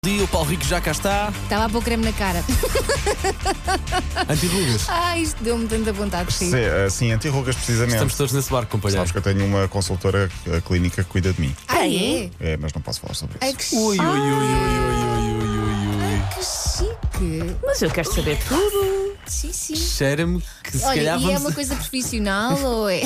O Paulo Rico já cá está. Estava a pôr creme na cara. Anti-rugas. Isto deu-me tanta vontade de rir. Sim, anti-rugas precisamente. Estamos todos nesse barco, companheiro. Sabes que eu tenho uma consultora clínica que cuida de mim. É? É, mas não posso falar sobre isso. Ai, que Ui, chique. ui, ui, ui, ui, ui, ui, ui. Que chique. Mas eu quero saber tudo. Sim, sim. Cheira-me que se Olha, calhar e vamos... é uma coisa profissional ou é?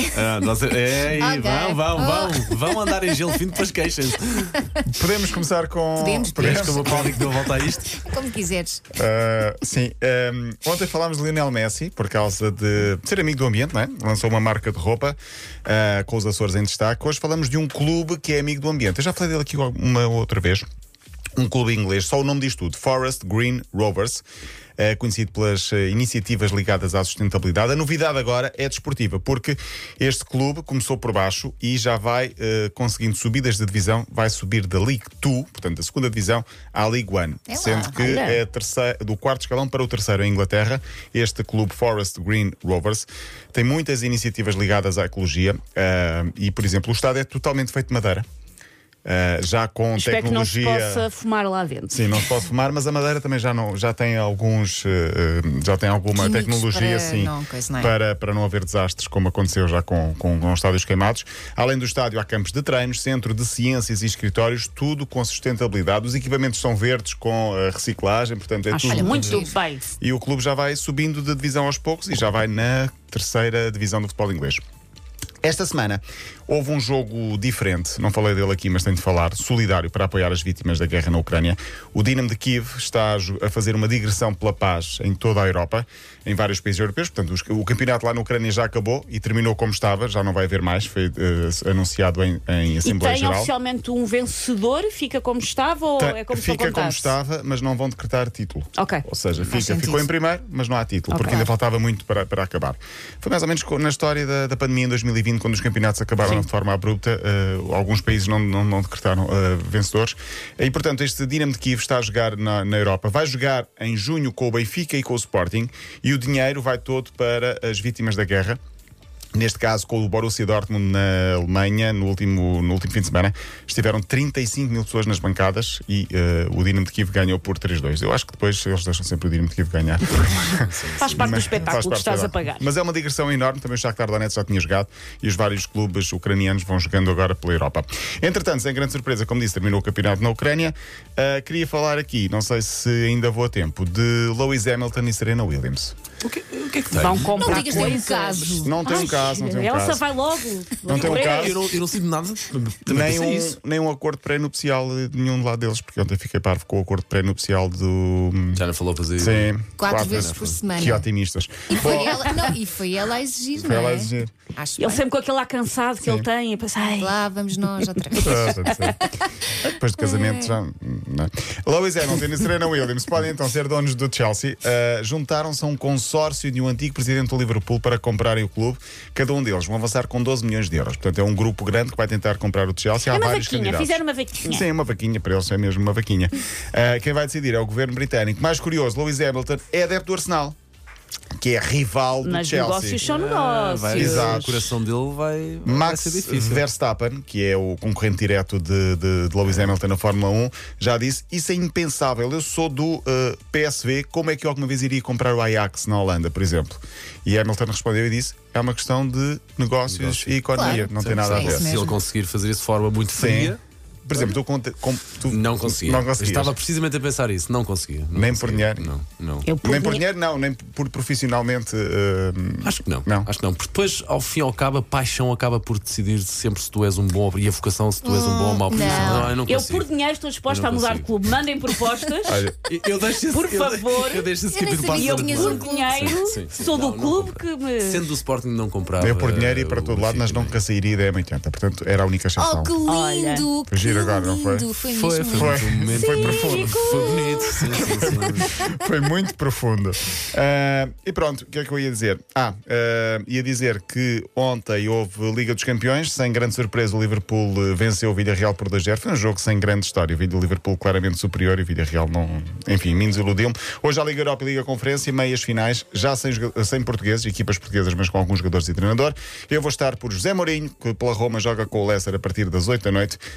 Ok. Vão andar em gelo fino depois queixem-se. Podemos começar com. Podemos. Parece que o Paulo Rico deu a volta a isto. Como quiseres. Sim, ontem falámos de Lionel Messi por causa de ser amigo do ambiente, não é? Lançou uma marca de roupa com os Açores em destaque. Hoje falamos de um clube que é amigo do ambiente. Eu já falei dele aqui uma outra vez. Um clube inglês, só o nome diz tudo: Forest Green Rovers, conhecido pelas iniciativas ligadas à sustentabilidade. A novidade agora é desportiva, porque este clube começou por baixo e já vai conseguindo subidas de divisão, vai subir da League 2, portanto da segunda divisão, à League 1, sendo que é do quarto escalão para o terceiro em Inglaterra. Este clube Forest Green Rovers tem muitas iniciativas ligadas à ecologia e, por exemplo, o estádio é totalmente feito de madeira. Já com Espero tecnologia. que não se possa fumar lá dentro. Sim, não se pode fumar, mas a madeira também já tem alguns. Já tem alguma Químicos tecnologia para assim, não, coisa, não é? para não haver desastres, como aconteceu já com estádios queimados. Além do estádio, há campos de treinos, centro de ciências e escritórios, tudo com sustentabilidade. Os equipamentos são verdes com reciclagem, portanto é Acho tudo. muito bem. E o clube já vai subindo de divisão aos poucos e já vai na terceira divisão do futebol inglês. Esta semana houve um jogo diferente, não falei dele aqui, mas tenho de falar, solidário para apoiar as vítimas da guerra na Ucrânia. O Dinamo de Kiev está a fazer uma digressão pela paz em toda a Europa, em vários países europeus. Portanto, o campeonato lá na Ucrânia já acabou e terminou como estava, já não vai haver mais, foi anunciado em E Assembleia tem Geral. oficialmente um vencedor? Fica como estava ou é como se Fica como acontece? estava, mas não vão decretar título. Ok. Ou seja, ficou sentido. em primeiro, mas não há título, Ok. porque ainda faltava muito para acabar. Foi mais ou menos na história da pandemia em 2020, quando os campeonatos acabaram de forma abrupta, alguns países não decretaram vencedores. E, portanto, este Dinamo de Kiev está a jogar na Europa. Vai jogar em junho com o Benfica e com o Sporting, e o dinheiro vai todo para as vítimas da guerra. Neste caso, com o Borussia Dortmund na Alemanha, no último fim de semana, estiveram 35 mil pessoas nas bancadas e o Dinamo de Kiev ganhou por 3-2. Eu acho que depois eles deixam sempre o Dinamo de Kiev ganhar. Faz parte do Mas espetáculo faz que parte estás da- a pagar. Mas é uma digressão enorme. Também o Shakhtar Donetsk já tinha jogado e os vários clubes ucranianos vão jogando agora pela Europa. Entretanto, sem grande surpresa, como disse, terminou o campeonato na Ucrânia. Queria falar aqui, não sei se ainda vou a tempo, de Lewis Hamilton e Serena Williams. O que é que tem? Vão Não comprar digas que tem um coisas. caso. Não tem um caso, não tem um Elsa caso. vai logo. Não tem um Correr. caso. Eu não sinto nada. Também pensei isso. Nem um acordo pré-nupcial de nenhum lado deles, porque ontem fiquei parvo com o acordo pré-nupcial do. Já não falou para fazer. Sim, Quatro vezes por semana. Que otimistas. E foi ela a exigir, Foi não ela é? a exigir. Acho Ele bem. sempre com aquele ar cansado que ele tem e pensa, ai, Lá vamos nós outra vez. Depois do casamento já. Não é? Lewis Hamilton e Serena Williams podem então ser donos do Chelsea. Juntaram-se a um consórcio de um antigo presidente do Liverpool para comprarem o clube. Cada um deles vão avançar com 12 milhões de euros. Portanto, é um grupo grande que vai tentar comprar o Chelsea. é Há uma vários vaquinha, candidatos. fizeram uma vaquinha. Sim, uma vaquinha, para eles é mesmo uma vaquinha. Quem vai decidir é o governo britânico. Mais curioso, Lewis Hamilton é adepto do Arsenal, que é rival do Mas Chelsea. negócios são negócios. Exato. O coração dele vai Max ser difícil. Verstappen, que é o concorrente direto de Lewis Hamilton na Fórmula 1, já disse: isso é impensável. Eu sou do PSV, como é que eu alguma vez iria comprar o Ajax na Holanda, por exemplo? E Hamilton respondeu e disse: é uma questão de negócios e economia, Claro. não tem nada a sim, ver. sim. Se ele mesmo. conseguir fazer isso de forma muito fria, Por exemplo, tu não conseguia. Não Eu conseguias. estava precisamente a pensar isso. Não conseguia. Não Nem conseguia. por dinheiro? Não. Eu Nem por punha- dinheiro, não, nem por profissionalmente. Acho que não. Não. Acho que não. Porque depois, ao fim e ao cabo, a paixão acaba por decidir sempre se tu és um bom e a vocação se tu és um bom ou mau profissional. não. Eu não Eu, consigo. por dinheiro, estou disposta Eu a não mudar de consigo. clube. Mandem propostas. Olha, Eu deixo esse, Por favor. Eu deixo esse Eu nem capítulo sabia para que a tinhas semana. um Por clube. dinheiro, Sim, sim. sou do Não clube comprei. que me. Sendo do Sporting, não comprava. eu por dinheiro e para o todo lado, mas Benfica, nunca sairia da M80. Portanto, era a única exceção. Oh, que lindo! Foi giro agora, não foi? lindo. Foi Foi mesmo Foi. um momento. Foi profundo. Foi bonito. Sim. Foi muito profundo. E pronto, o que é que eu ia dizer? Ia dizer que ontem houve Liga dos Campeões. Sem grande surpresa, o Liverpool venceu o Villarreal por 2-0. Foi um jogo sem grande história. O Liverpool claramente superior e o Villarreal não. Enfim, me desiludiu-me. Hoje há Liga Europa e Liga Conferência, meias finais, já sem portugueses, equipas portuguesas, mas com alguns jogadores e treinador. Eu vou estar por José Mourinho, que pela Roma joga com o Leicester a partir das 8 da noite. Jogos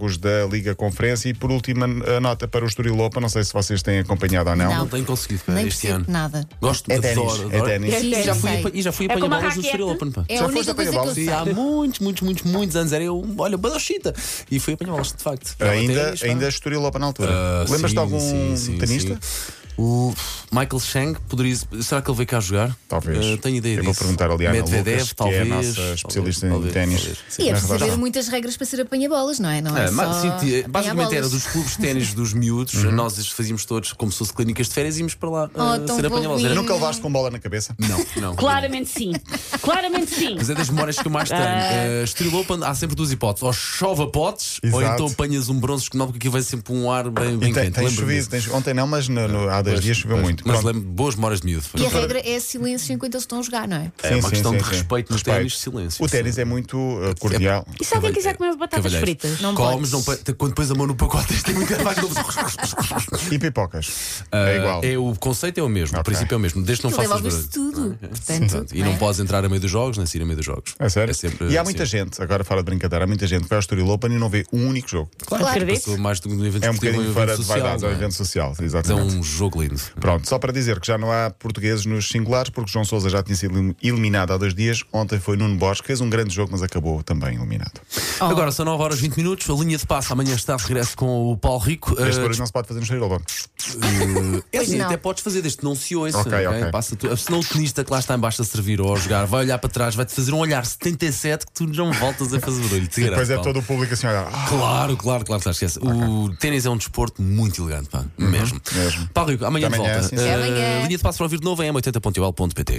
jogos da Liga Conferência. E por última, a nota para o Estoril Open. Não sei se vocês têm acompanhado ou não. Não tenho conseguido Nem este percebo ano. nada. Gosto, É ténis, adoro. é ténis. É Sim, ténis. já Já fui É apanhar como a bolas no Estoril raquete. Open. Pá. É Já a foste única coisa que apanhar eu Sim, sei. há muitos anos era eu, olha, badochita. E fui apanhar bolas, de facto. Ainda Estoril Open na altura. Lembras-te de algum tenista? O Michael Chang, será que ele veio cá jogar? Talvez. Tenho ideia Eu disso. vou perguntar ali à Ana Medvedev, Lucas, talvez. que é a nossa especialista em talvez, ténis. talvez. E é Na preciso verdade. ter muitas regras para ser apanha-bolas, não é? Não é Mas, só sim, apanhar basicamente era bolas. dos clubes de ténis dos miúdos, nós fazíamos todos como se fosse clínicas de férias e íamos para lá tão ser apanha-bolas. fofinho. Nunca levaste com bola na cabeça? Não. Claramente sim. Claramente sim. Mas é das memórias que eu mais tenho. Estoril Open, há sempre duas hipóteses: ou chove a potes, ou Exato. então apanhas um bronze esquenado, porque aqui vai sempre um ar bem E quente. tem Lembro-me chovido. disso. Ontem não, mas há 2 dias choveu muito. Mas Pronto. lembro de boas memórias de miúdo. E a regra é silêncio enquanto eles estão a jogar, não é? É uma Sim, questão sim, de sim. respeito no ténis, silêncio. O ténis é muito cordial. E se alguém quiser comer batatas Cavalheiros. fritas? Não Comes, podes. quando pões a mão no pacote, tem muito E pipocas? É igual. O conceito é o mesmo, o Ok. princípio é o mesmo. Desde que não Tu faças devolves barulho. tudo. Portanto, E não podes entrar a meio dos jogos, nem sair a meio dos jogos. É sério? É sempre, E há muita gente, agora fora de brincadeira, há muita gente que vai ao Estoril Open e não vê um único jogo. Claro, Acredito. passou mais de um evento É um esportivo, bocadinho um fora evento de social. vaidades, é um não é? evento social. É Exatamente. um jogo lindo. Pronto, só para dizer que já não há portugueses nos singulares, porque João Sousa já tinha sido eliminado há 2 dias. Ontem foi Nuno Borges, que fez um grande jogo, mas acabou também eliminado. Agora são 9 horas 20 minutos. A linha de passe amanhã está de regresso com o Paulo Rico. Este barulho não se pode fazer no Estoril Open. É assim, não. até podes fazer desde que não se ouça. Ok, ok. Passa senão o tenista que lá está embaixo a servir ou a jogar vai olhar para trás, vai-te fazer um olhar 77 que tu não voltas a fazer barulho. E depois é todo o público assim a olhar. Claro, tá, esquece. O ténis é um desporto muito elegante, pá. Mesmo. Paulo Rico, amanhã Até de amanhã, volta. sim, sim. Até amanhã. Linha de passe para ouvir de novo em m80.ol.pt.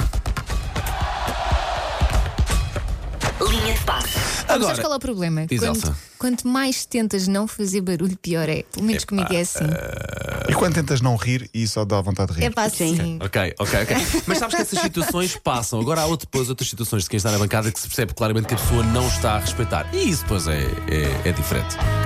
Linha de passe. Mas sabes qual é o problema? Diz, Elsa. Quanto mais tentas não fazer barulho, pior é. Pelo menos comigo é assim. E quando tentas não rir e só dá vontade de rir? É pá, assim. Ok. Mas sabes que essas situações passam. Agora há depois outras situações de quem está na bancada que se percebe claramente que a pessoa não está a respeitar. E isso depois é diferente.